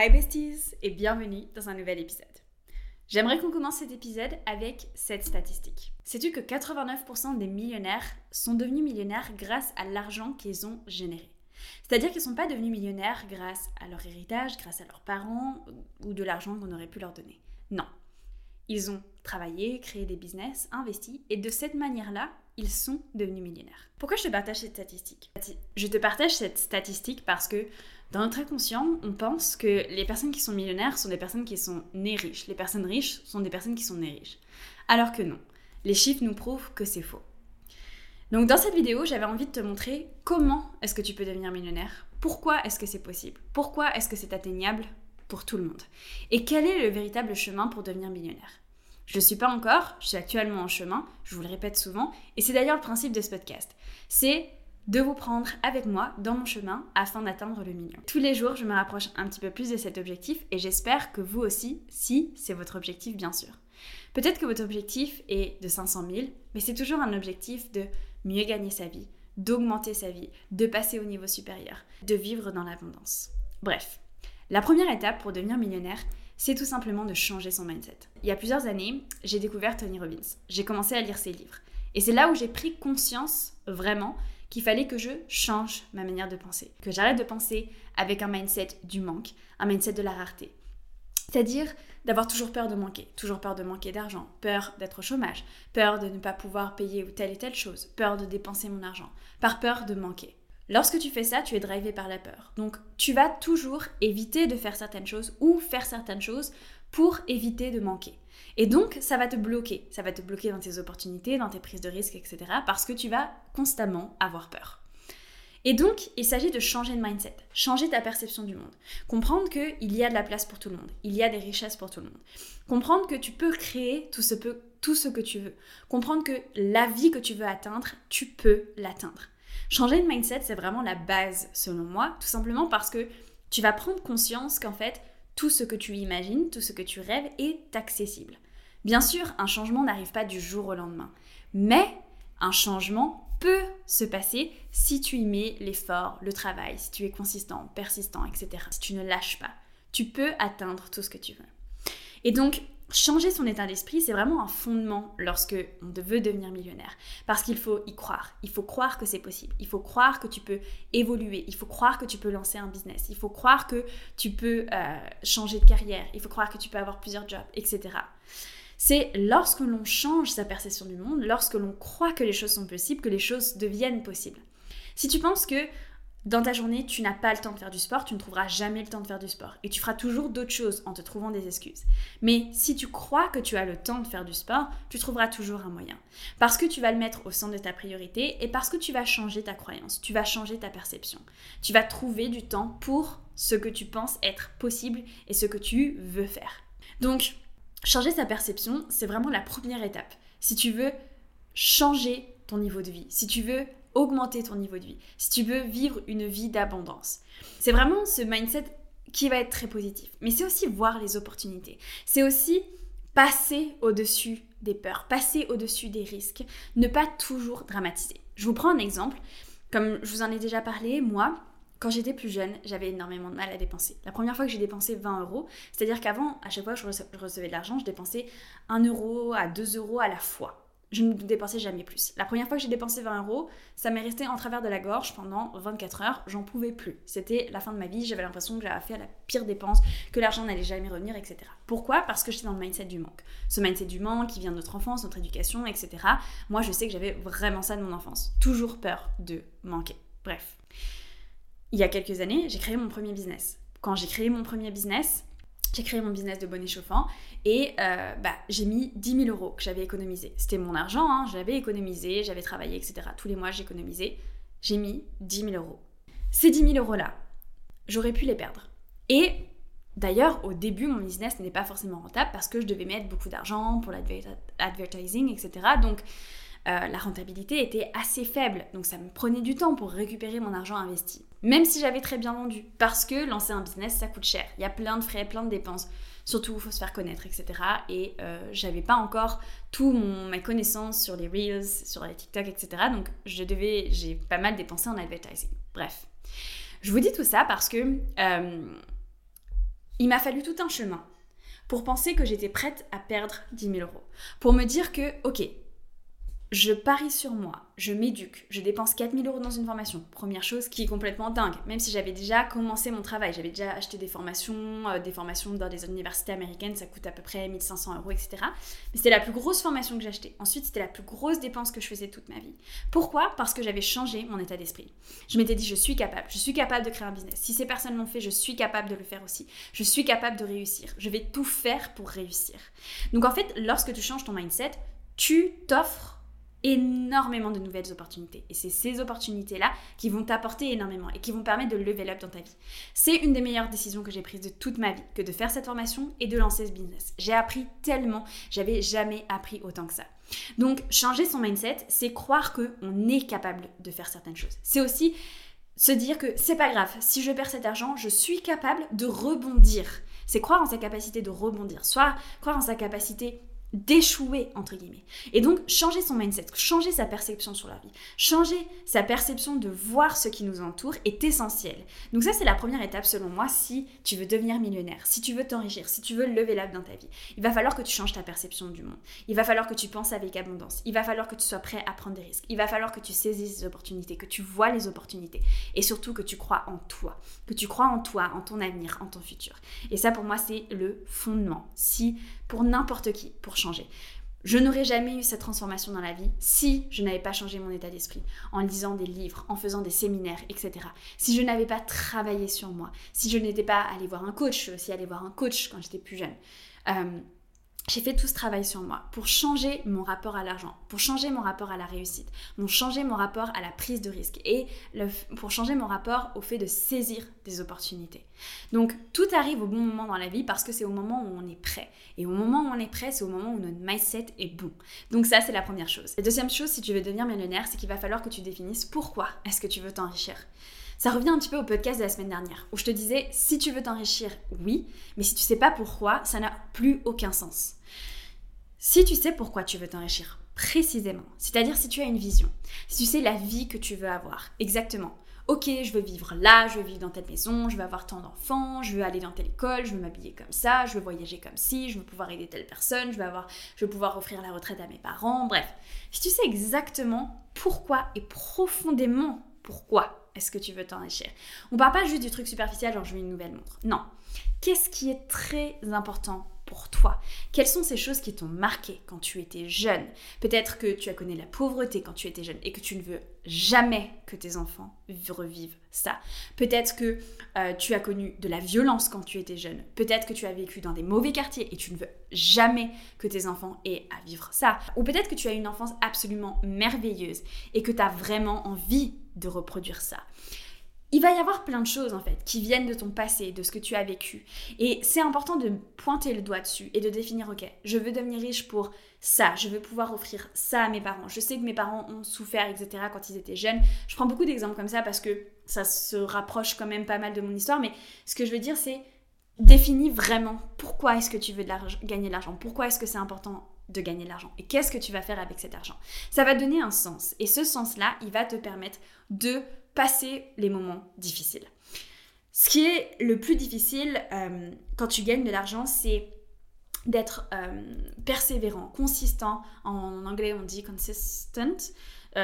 Hi besties et bienvenue dans un nouvel épisode. J'aimerais qu'on commence cet épisode avec cette statistique. Sais-tu que 89% des millionnaires sont devenus millionnaires grâce à l'argent qu'ils ont généré? C'est-à-dire qu'ils ne sont pas devenus millionnaires grâce à leur héritage, grâce à leurs parents ou de l'argent qu'on aurait pu leur donner. Non. Ils ont travaillé, créé des business, investi et de cette manière-là, ils sont devenus millionnaires. Pourquoi je te partage cette statistique? Je te partage cette statistique parce que dans notre inconscient, on pense que les personnes qui sont millionnaires sont des personnes qui sont nées riches. Les personnes riches sont des personnes qui sont nées riches. Alors que non. Les chiffres nous prouvent que c'est faux. Donc dans cette vidéo, j'avais envie de te montrer comment est-ce que tu peux devenir millionnaire. Pourquoi est-ce que c'est possible? Pourquoi est-ce que c'est atteignable pour tout le monde? Et quel est le véritable chemin pour devenir millionnaire? Je ne suis pas encore, je suis actuellement en chemin, je vous le répète souvent, et c'est d'ailleurs le principe de ce podcast. C'est de vous prendre avec moi dans mon chemin afin d'atteindre le million. Tous les jours, je me rapproche un petit peu plus de cet objectif et j'espère que vous aussi, si c'est votre objectif bien sûr. Peut-être que votre objectif est de 500 000, mais c'est toujours un objectif de mieux gagner sa vie, d'augmenter sa vie, de passer au niveau supérieur, de vivre dans l'abondance. Bref, la première étape pour devenir millionnaire, c'est tout simplement de changer son mindset. Il y a plusieurs années, j'ai découvert Tony Robbins. J'ai commencé à lire ses livres. Et c'est là où j'ai pris conscience, vraiment, qu'il fallait que je change ma manière de penser. Que j'arrête de penser avec un mindset du manque, un mindset de la rareté. C'est-à-dire d'avoir toujours peur de manquer d'argent, peur d'être au chômage, peur de ne pas pouvoir payer telle et telle chose, peur de dépenser mon argent, par peur de manquer. Lorsque tu fais ça, tu es drivé par la peur. Donc, tu vas toujours éviter de faire certaines choses ou faire certaines choses pour éviter de manquer. Et donc, ça va te bloquer. Ça va te bloquer dans tes opportunités, dans tes prises de risques, etc. parce que tu vas constamment avoir peur. Et donc, il s'agit de changer de mindset, changer ta perception du monde. Comprendre qu'il y a de la place pour tout le monde, il y a des richesses pour tout le monde. Comprendre que tu peux créer tout ce que tu veux. Comprendre que la vie que tu veux atteindre, tu peux l'atteindre. Changer de mindset, c'est vraiment la base, selon moi, tout simplement parce que tu vas prendre conscience qu'en fait, tout ce que tu imagines, tout ce que tu rêves est accessible. Bien sûr, un changement n'arrive pas du jour au lendemain, mais un changement peut se passer si tu y mets l'effort, le travail, si tu es consistant, persistant, etc. Si tu ne lâches pas, tu peux atteindre tout ce que tu veux. Et donc, changer son état d'esprit, c'est vraiment un fondement lorsque on veut devenir millionnaire. Parce qu'il faut y croire. Il faut croire que c'est possible. Il faut croire que tu peux évoluer. Il faut croire que tu peux lancer un business. Il faut croire que tu peux changer de carrière. Il faut croire que tu peux avoir plusieurs jobs, etc. C'est lorsque l'on change sa perception du monde, lorsque l'on croit que les choses sont possibles, que les choses deviennent possibles. Si tu penses que dans ta journée, tu n'as pas le temps de faire du sport, tu ne trouveras jamais le temps de faire du sport. Et tu feras toujours d'autres choses en te trouvant des excuses. Mais si tu crois que tu as le temps de faire du sport, tu trouveras toujours un moyen. Parce que tu vas le mettre au centre de ta priorité et parce que tu vas changer ta croyance, tu vas changer ta perception. Tu vas trouver du temps pour ce que tu penses être possible et ce que tu veux faire. Donc, changer sa perception, c'est vraiment la première étape. Si tu veux changer ton niveau de vie, si tu veux augmenter ton niveau de vie, si tu veux vivre une vie d'abondance. C'est vraiment ce mindset qui va être très positif. Mais c'est aussi voir les opportunités. C'est aussi passer au-dessus des peurs, passer au-dessus des risques, ne pas toujours dramatiser. Je vous prends un exemple. Comme je vous en ai déjà parlé, moi, quand j'étais plus jeune, j'avais énormément de mal à dépenser. La première fois que j'ai dépensé 20 €, c'est-à-dire qu'avant, à chaque fois que je recevais de l'argent, je dépensais 1 € à 2 € à la fois. Je ne dépensais jamais plus. La première fois que j'ai dépensé 20 €, ça m'est resté en travers de la gorge pendant 24 heures. J'en pouvais plus. C'était la fin de ma vie. J'avais l'impression que j'avais fait la pire dépense, que l'argent n'allait jamais revenir, etc. Pourquoi? Parce que j'étais dans le mindset du manque. Ce mindset du manque qui vient de notre enfance, notre éducation, etc. Moi, je sais que j'avais vraiment ça de mon enfance. Toujours peur de manquer. Bref. Il y a quelques années, j'ai créé mon premier business. Quand j'ai créé mon premier business, j'ai créé mon business de bonnet chauffant et j'ai mis 10 000 € que j'avais économisé. C'était mon argent, je l'avais économisé, j'avais travaillé, etc. Tous les mois, j'économisais. J'ai mis 10 000 €. Ces 10 000 € là, j'aurais pu les perdre. Et d'ailleurs, au début, mon business n'était pas forcément rentable parce que je devais mettre beaucoup d'argent pour l'advertising, etc. Donc, la rentabilité était assez faible. Donc, ça me prenait du temps pour récupérer mon argent investi. Même si j'avais très bien vendu. Parce que lancer un business, ça coûte cher. Il y a plein de frais, plein de dépenses. Surtout, il faut se faire connaître, etc. Et j'avais pas encore ma connaissance sur les Reels, sur les TikTok, etc. Donc, j'ai pas mal dépensé en advertising. Bref. Je vous dis tout ça parce que Il m'a fallu tout un chemin pour penser que j'étais prête à perdre 10 000 euros. Pour me dire que, ok, je parie sur moi, je m'éduque, je dépense 4 000 euros dans une formation. Première chose qui est complètement dingue, même si j'avais déjà commencé mon travail, j'avais déjà acheté des formations dans des universités américaines, ça coûte à peu près 1 500 euros, etc. Mais c'était la plus grosse formation que j'ai achetée. Ensuite, c'était la plus grosse dépense que je faisais toute ma vie. Pourquoi ? Parce que j'avais changé mon état d'esprit. Je m'étais dit, je suis capable de créer un business. Si ces personnes l'ont fait, je suis capable de le faire aussi. Je suis capable de réussir. Je vais tout faire pour réussir. Donc en fait, lorsque tu changes ton mindset, tu t'offres énormément de nouvelles opportunités. Et c'est ces opportunités-là qui vont t'apporter énormément et qui vont permettre de level up dans ta vie. C'est une des meilleures décisions que j'ai prises de toute ma vie, que de faire cette formation et de lancer ce business. J'ai appris tellement, j'avais jamais appris autant que ça. Donc, changer son mindset, c'est croire qu'on est capable de faire certaines choses. C'est aussi se dire que c'est pas grave, si je perds cet argent, je suis capable de rebondir. C'est croire en sa capacité de rebondir, soit croire en sa capacité d'échouer, entre guillemets. Et donc, changer son mindset, changer sa perception sur la vie, changer sa perception de voir ce qui nous entoure est essentiel. Donc ça, c'est la première étape, selon moi, si tu veux devenir millionnaire, si tu veux t'enrichir, si tu veux lever up dans ta vie. Il va falloir que tu changes ta perception du monde. Il va falloir que tu penses avec abondance. Il va falloir que tu sois prêt à prendre des risques. Il va falloir que tu saisisses les opportunités, que tu vois les opportunités. Et surtout, que tu crois en toi. Que tu crois en toi, en ton avenir, en ton futur. Et ça, pour moi, c'est le fondement. Pour n'importe qui, pour changer. Je n'aurais jamais eu cette transformation dans la vie si je n'avais pas changé mon état d'esprit, en lisant des livres, en faisant des séminaires, etc. Si je n'avais pas travaillé sur moi, si je n'étais pas allée voir un coach, je suis aussi allée voir un coach quand j'étais plus jeune. J'ai fait tout ce travail sur moi pour changer mon rapport à l'argent, pour changer mon rapport à la réussite, pour changer mon rapport à la prise de risque et pour changer mon rapport au fait de saisir des opportunités. Donc tout arrive au bon moment dans la vie parce que c'est au moment où on est prêt. Et au moment où on est prêt, c'est au moment où notre mindset est bon. Donc ça, c'est la première chose. La deuxième chose, si tu veux devenir millionnaire, c'est qu'il va falloir que tu définisses pourquoi est-ce que tu veux t'enrichir. Ça revient un petit peu au podcast de la semaine dernière, où je te disais, si tu veux t'enrichir, oui, mais si tu sais pas pourquoi, ça n'a plus aucun sens. Si tu sais pourquoi tu veux t'enrichir précisément, c'est-à-dire si tu as une vision, si tu sais la vie que tu veux avoir, exactement. Ok, je veux vivre là, je veux vivre dans telle maison, je veux avoir tant d'enfants, je veux aller dans telle école, je veux m'habiller comme ça, je veux voyager comme ci, je veux pouvoir aider telle personne, je veux pouvoir offrir la retraite à mes parents, bref. Si tu sais exactement pourquoi et profondément pourquoi est-ce que tu veux t'enrichir. On parle pas juste du truc superficiel, genre je veux une nouvelle montre. Non. Qu'est-ce qui est très important pour toi? Quelles sont ces choses qui t'ont marqué quand tu étais jeune? Peut-être que tu as connu la pauvreté quand tu étais jeune et que tu ne veux jamais que tes enfants revivent ça. Peut-être que tu as connu de la violence quand tu étais jeune. Peut-être que tu as vécu dans des mauvais quartiers et tu ne veux jamais que tes enfants aient à vivre ça. Ou peut-être que tu as une enfance absolument merveilleuse et que tu as vraiment envie de reproduire ça. Il va y avoir plein de choses en fait qui viennent de ton passé, de ce que tu as vécu. Et c'est important de pointer le doigt dessus et de définir, ok, je veux devenir riche pour ça, je veux pouvoir offrir ça à mes parents. Je sais que mes parents ont souffert, etc. quand ils étaient jeunes. Je prends beaucoup d'exemples comme ça parce que ça se rapproche quand même pas mal de mon histoire. Mais ce que je veux dire, c'est définis vraiment pourquoi est-ce que tu veux gagner de l'argent, pourquoi est-ce que c'est important de gagner de l'argent et qu'est-ce que tu vas faire avec cet argent. Ça va donner un sens et ce sens-là, il va te permettre de passer les moments difficiles. Ce qui est le plus difficile quand tu gagnes de l'argent, c'est d'être persévérant, consistant. En anglais, on dit consistent.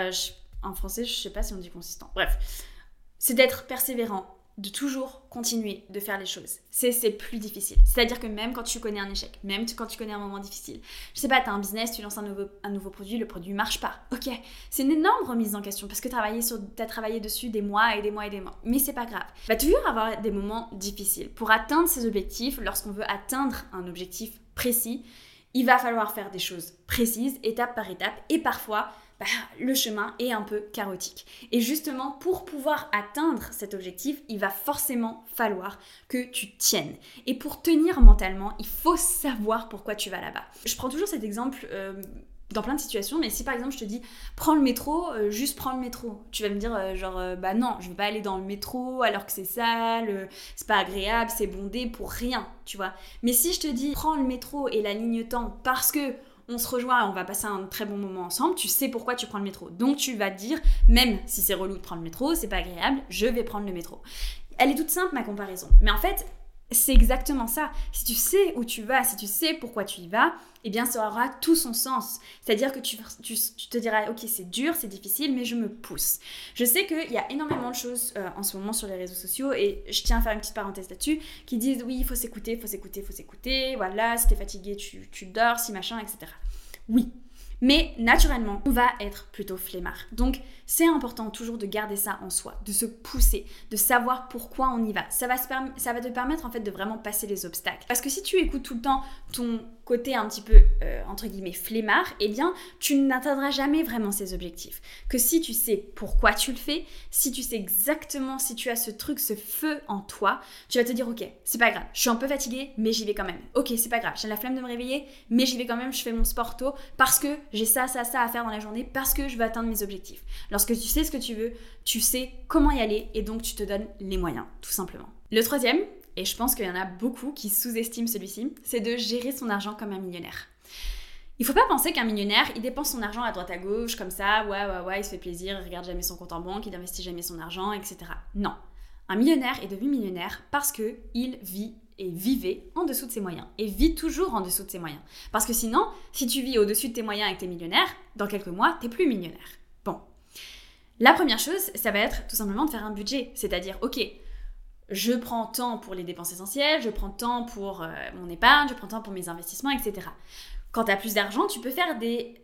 En français, je ne sais pas si on dit consistant. Bref, c'est d'être persévérant, de toujours continuer de faire les choses. C'est plus difficile. C'est-à-dire que même quand tu connais un échec, même quand tu connais un moment difficile, je sais pas, tu as un business, tu lances un nouveau produit, le produit marche pas. Ok, c'est une énorme remise en question parce que tu as travaillé dessus des mois et des mois et des mois. Mais c'est pas grave. Il va toujours avoir des moments difficiles. Pour atteindre ses objectifs, lorsqu'on veut atteindre un objectif précis, il va falloir faire des choses précises, étape par étape, et parfois le chemin est un peu chaotique. Et justement, pour pouvoir atteindre cet objectif, il va forcément falloir que tu tiennes. Et pour tenir mentalement, il faut savoir pourquoi tu vas là-bas. Je prends toujours cet exemple dans plein de situations, mais si par exemple je te dis prends le métro, juste prends le métro, tu vas me dire non, je vais pas aller dans le métro alors que c'est sale, c'est pas agréable, c'est bondé pour rien, tu vois. Mais si je te dis prends le métro et la ligne temps parce que on se rejoint, on va passer un très bon moment ensemble, tu sais pourquoi tu prends le métro. Donc tu vas te dire, même si c'est relou de prendre le métro, c'est pas agréable, je vais prendre le métro. Elle est toute simple ma comparaison. Mais en fait, C'est exactement ça. Si tu sais où tu vas, si tu sais pourquoi tu y vas, eh bien ça aura tout son sens. C'est-à-dire que tu te diras, ok, c'est dur, c'est difficile, mais je me pousse. Je sais qu'il y a énormément de choses en ce moment sur les réseaux sociaux, et je tiens à faire une petite parenthèse là-dessus, qui disent, oui, il faut s'écouter, voilà, si t'es fatigué, tu dors, si machin, etc. Oui. Mais naturellement, on va être plutôt flemmard. Donc, c'est important toujours de garder ça en soi, de se pousser, de savoir pourquoi on y va. Ça va te permettre en fait de vraiment passer les obstacles. Parce que si tu écoutes tout le temps ton côté un petit peu, entre guillemets, flemmard, eh bien, tu n'atteindras jamais vraiment ces objectifs. Que si tu sais pourquoi tu le fais, si tu sais exactement, si tu as ce truc, ce feu en toi, tu vas te dire, ok, c'est pas grave, je suis un peu fatiguée, mais j'y vais quand même. Ok, c'est pas grave, j'ai la flemme de me réveiller, mais j'y vais quand même, je fais mon sport tôt, parce que j'ai ça à faire dans la journée, parce que je veux atteindre mes objectifs. Lorsque tu sais ce que tu veux, tu sais comment y aller, et donc tu te donnes les moyens, tout simplement. Le troisième, et je pense qu'il y en a beaucoup qui sous-estiment celui-ci, c'est de gérer son argent comme un millionnaire. Il faut pas penser qu'un millionnaire, il dépense son argent à droite à gauche, comme ça, ouais, il se fait plaisir, il regarde jamais son compte en banque, il n'investit jamais son argent, etc. Non. Un millionnaire est devenu millionnaire parce qu'il vit et vivait en dessous de ses moyens, et vit toujours en dessous de ses moyens. Parce que sinon, si tu vis au-dessus de tes moyens et que t'es millionnaire, dans quelques mois, t'es plus millionnaire. Bon. La première chose, ça va être tout simplement de faire un budget, c'est-à-dire, ok, je prends temps pour les dépenses essentielles, je prends temps pour mon épargne, je prends temps pour mes investissements, etc. Quand tu as plus d'argent, tu peux faire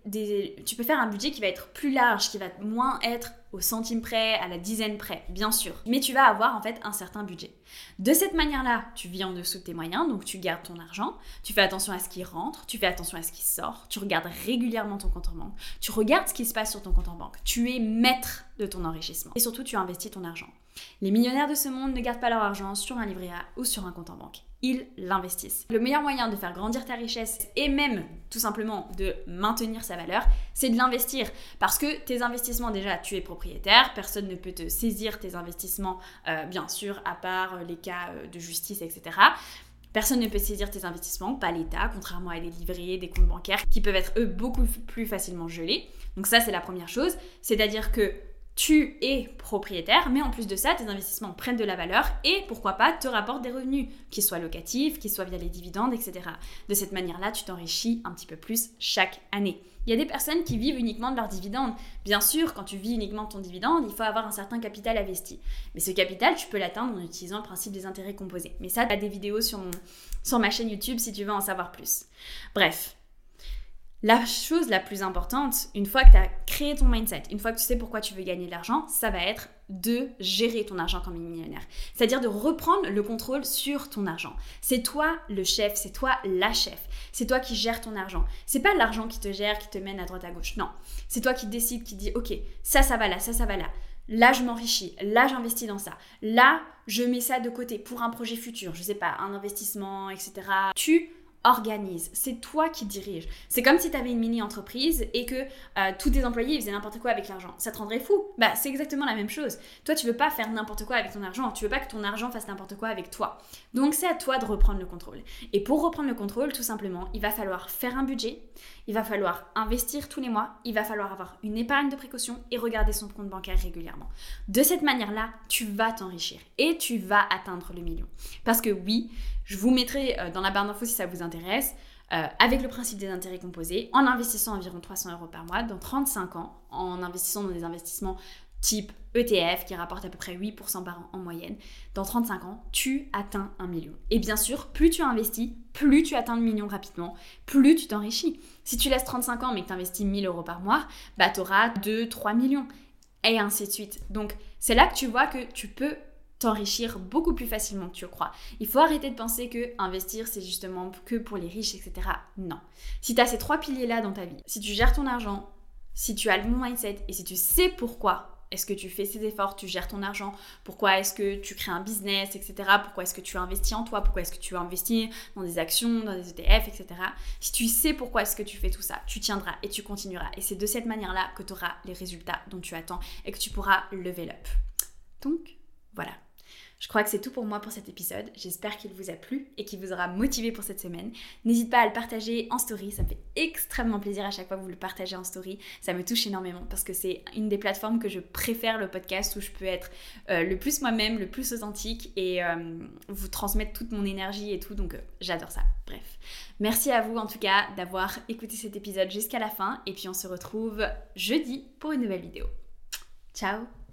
tu peux faire un budget qui va être plus large, qui va moins être au centime près, à la dizaine près, bien sûr. Mais tu vas avoir en fait un certain budget. De cette manière-là, tu vis en dessous de tes moyens, donc tu gardes ton argent, tu fais attention à ce qui rentre, tu fais attention à ce qui sort, tu regardes régulièrement ton compte en banque, tu regardes ce qui se passe sur ton compte en banque, tu es maître de ton enrichissement. Et surtout, tu investis ton argent. Les millionnaires de ce monde ne gardent pas leur argent sur un livret A ou sur un compte en banque. Ils l'investissent. Le meilleur moyen de faire grandir ta richesse et même tout simplement de maintenir sa valeur, c'est de l'investir. Parce que tes investissements, déjà, tu es propriétaire, personne ne peut te saisir tes investissements, bien sûr, à part les cas de justice, etc. Personne ne peut saisir tes investissements, pas l'État, contrairement à des livrets, des comptes bancaires qui peuvent être, eux, beaucoup plus facilement gelés. Donc ça, c'est la première chose. C'est-à-dire que tu es propriétaire, mais en plus de ça, tes investissements prennent de la valeur et pourquoi pas te rapportent des revenus, qu'ils soient locatifs, qu'ils soient via les dividendes, etc. De cette manière-là, tu t'enrichis un petit peu plus chaque année. Il y a des personnes qui vivent uniquement de leurs dividendes. Bien sûr, quand tu vis uniquement de ton dividende, il faut avoir un certain capital investi. Mais ce capital, tu peux l'atteindre en utilisant le principe des intérêts composés. Mais ça, tu as des vidéos sur ma chaîne YouTube si tu veux en savoir plus. Bref. La chose la plus importante, une fois que tu as créé ton mindset, une fois que tu sais pourquoi tu veux gagner de l'argent, ça va être de gérer ton argent comme un millionnaire. C'est-à-dire de reprendre le contrôle sur ton argent. C'est toi le chef, c'est toi la chef. C'est toi qui gères ton argent. C'est pas l'argent qui te gère, qui te mène à droite à gauche. Non. C'est toi qui décides, qui dit « Ok, ça va là, ça va là. Là, je m'enrichis. Là, j'investis dans ça. Là, je mets ça de côté pour un projet futur. Je sais pas, un investissement, etc. » Tu organise, c'est toi qui dirige. C'est comme si tu avais une mini-entreprise et que tous tes employés ils faisaient n'importe quoi avec l'argent. Ça te rendrait fou. Bah, c'est exactement la même chose. Toi, tu veux pas faire n'importe quoi avec ton argent. Tu veux pas que ton argent fasse n'importe quoi avec toi. Donc, c'est à toi de reprendre le contrôle. Et pour reprendre le contrôle, tout simplement, il va falloir faire un budget, il va falloir investir tous les mois, il va falloir avoir une épargne de précaution et regarder son compte bancaire régulièrement. De cette manière-là, tu vas t'enrichir et tu vas atteindre le million. Parce que oui, je vous mettrai dans la barre d'infos si ça vous intéresse, avec le principe des intérêts composés, en investissant environ 300 € par mois dans 35 ans, en investissant dans des investissements type ETF qui rapportent à peu près 8% par an en moyenne. Dans 35 ans, tu atteins 1 million. Et bien sûr, plus tu investis, plus tu atteins le million rapidement, plus tu t'enrichis. Si tu laisses 35 ans mais que tu investis 1 000 € par mois, bah, tu auras 2-3 millions et ainsi de suite. Donc, c'est là que tu vois que tu peux t'enrichir beaucoup plus facilement que tu le crois. Il faut arrêter de penser que investir c'est justement que pour les riches, etc. Non. Si tu as ces 3 piliers-là dans ta vie, si tu gères ton argent, si tu as le bon mindset et si tu sais pourquoi est-ce que tu fais ces efforts, tu gères ton argent, pourquoi est-ce que tu crées un business, etc. Pourquoi est-ce que tu investis en toi, pourquoi est-ce que tu investis dans des actions, dans des ETF, etc. Si tu sais pourquoi est-ce que tu fais tout ça, tu tiendras et tu continueras. Et c'est de cette manière-là que tu auras les résultats dont tu attends et que tu pourras level up. Donc, voilà. Je crois que c'est tout pour moi pour cet épisode. J'espère qu'il vous a plu et qu'il vous aura motivé pour cette semaine. N'hésite pas à le partager en story. Ça me fait extrêmement plaisir à chaque fois que vous le partagez en story. Ça me touche énormément parce que c'est une des plateformes que je préfère, le podcast, où je peux être le plus moi-même, le plus authentique et vous transmettre toute mon énergie et tout. Donc j'adore ça. Bref. Merci à vous en tout cas d'avoir écouté cet épisode jusqu'à la fin. Et puis on se retrouve jeudi pour une nouvelle vidéo. Ciao!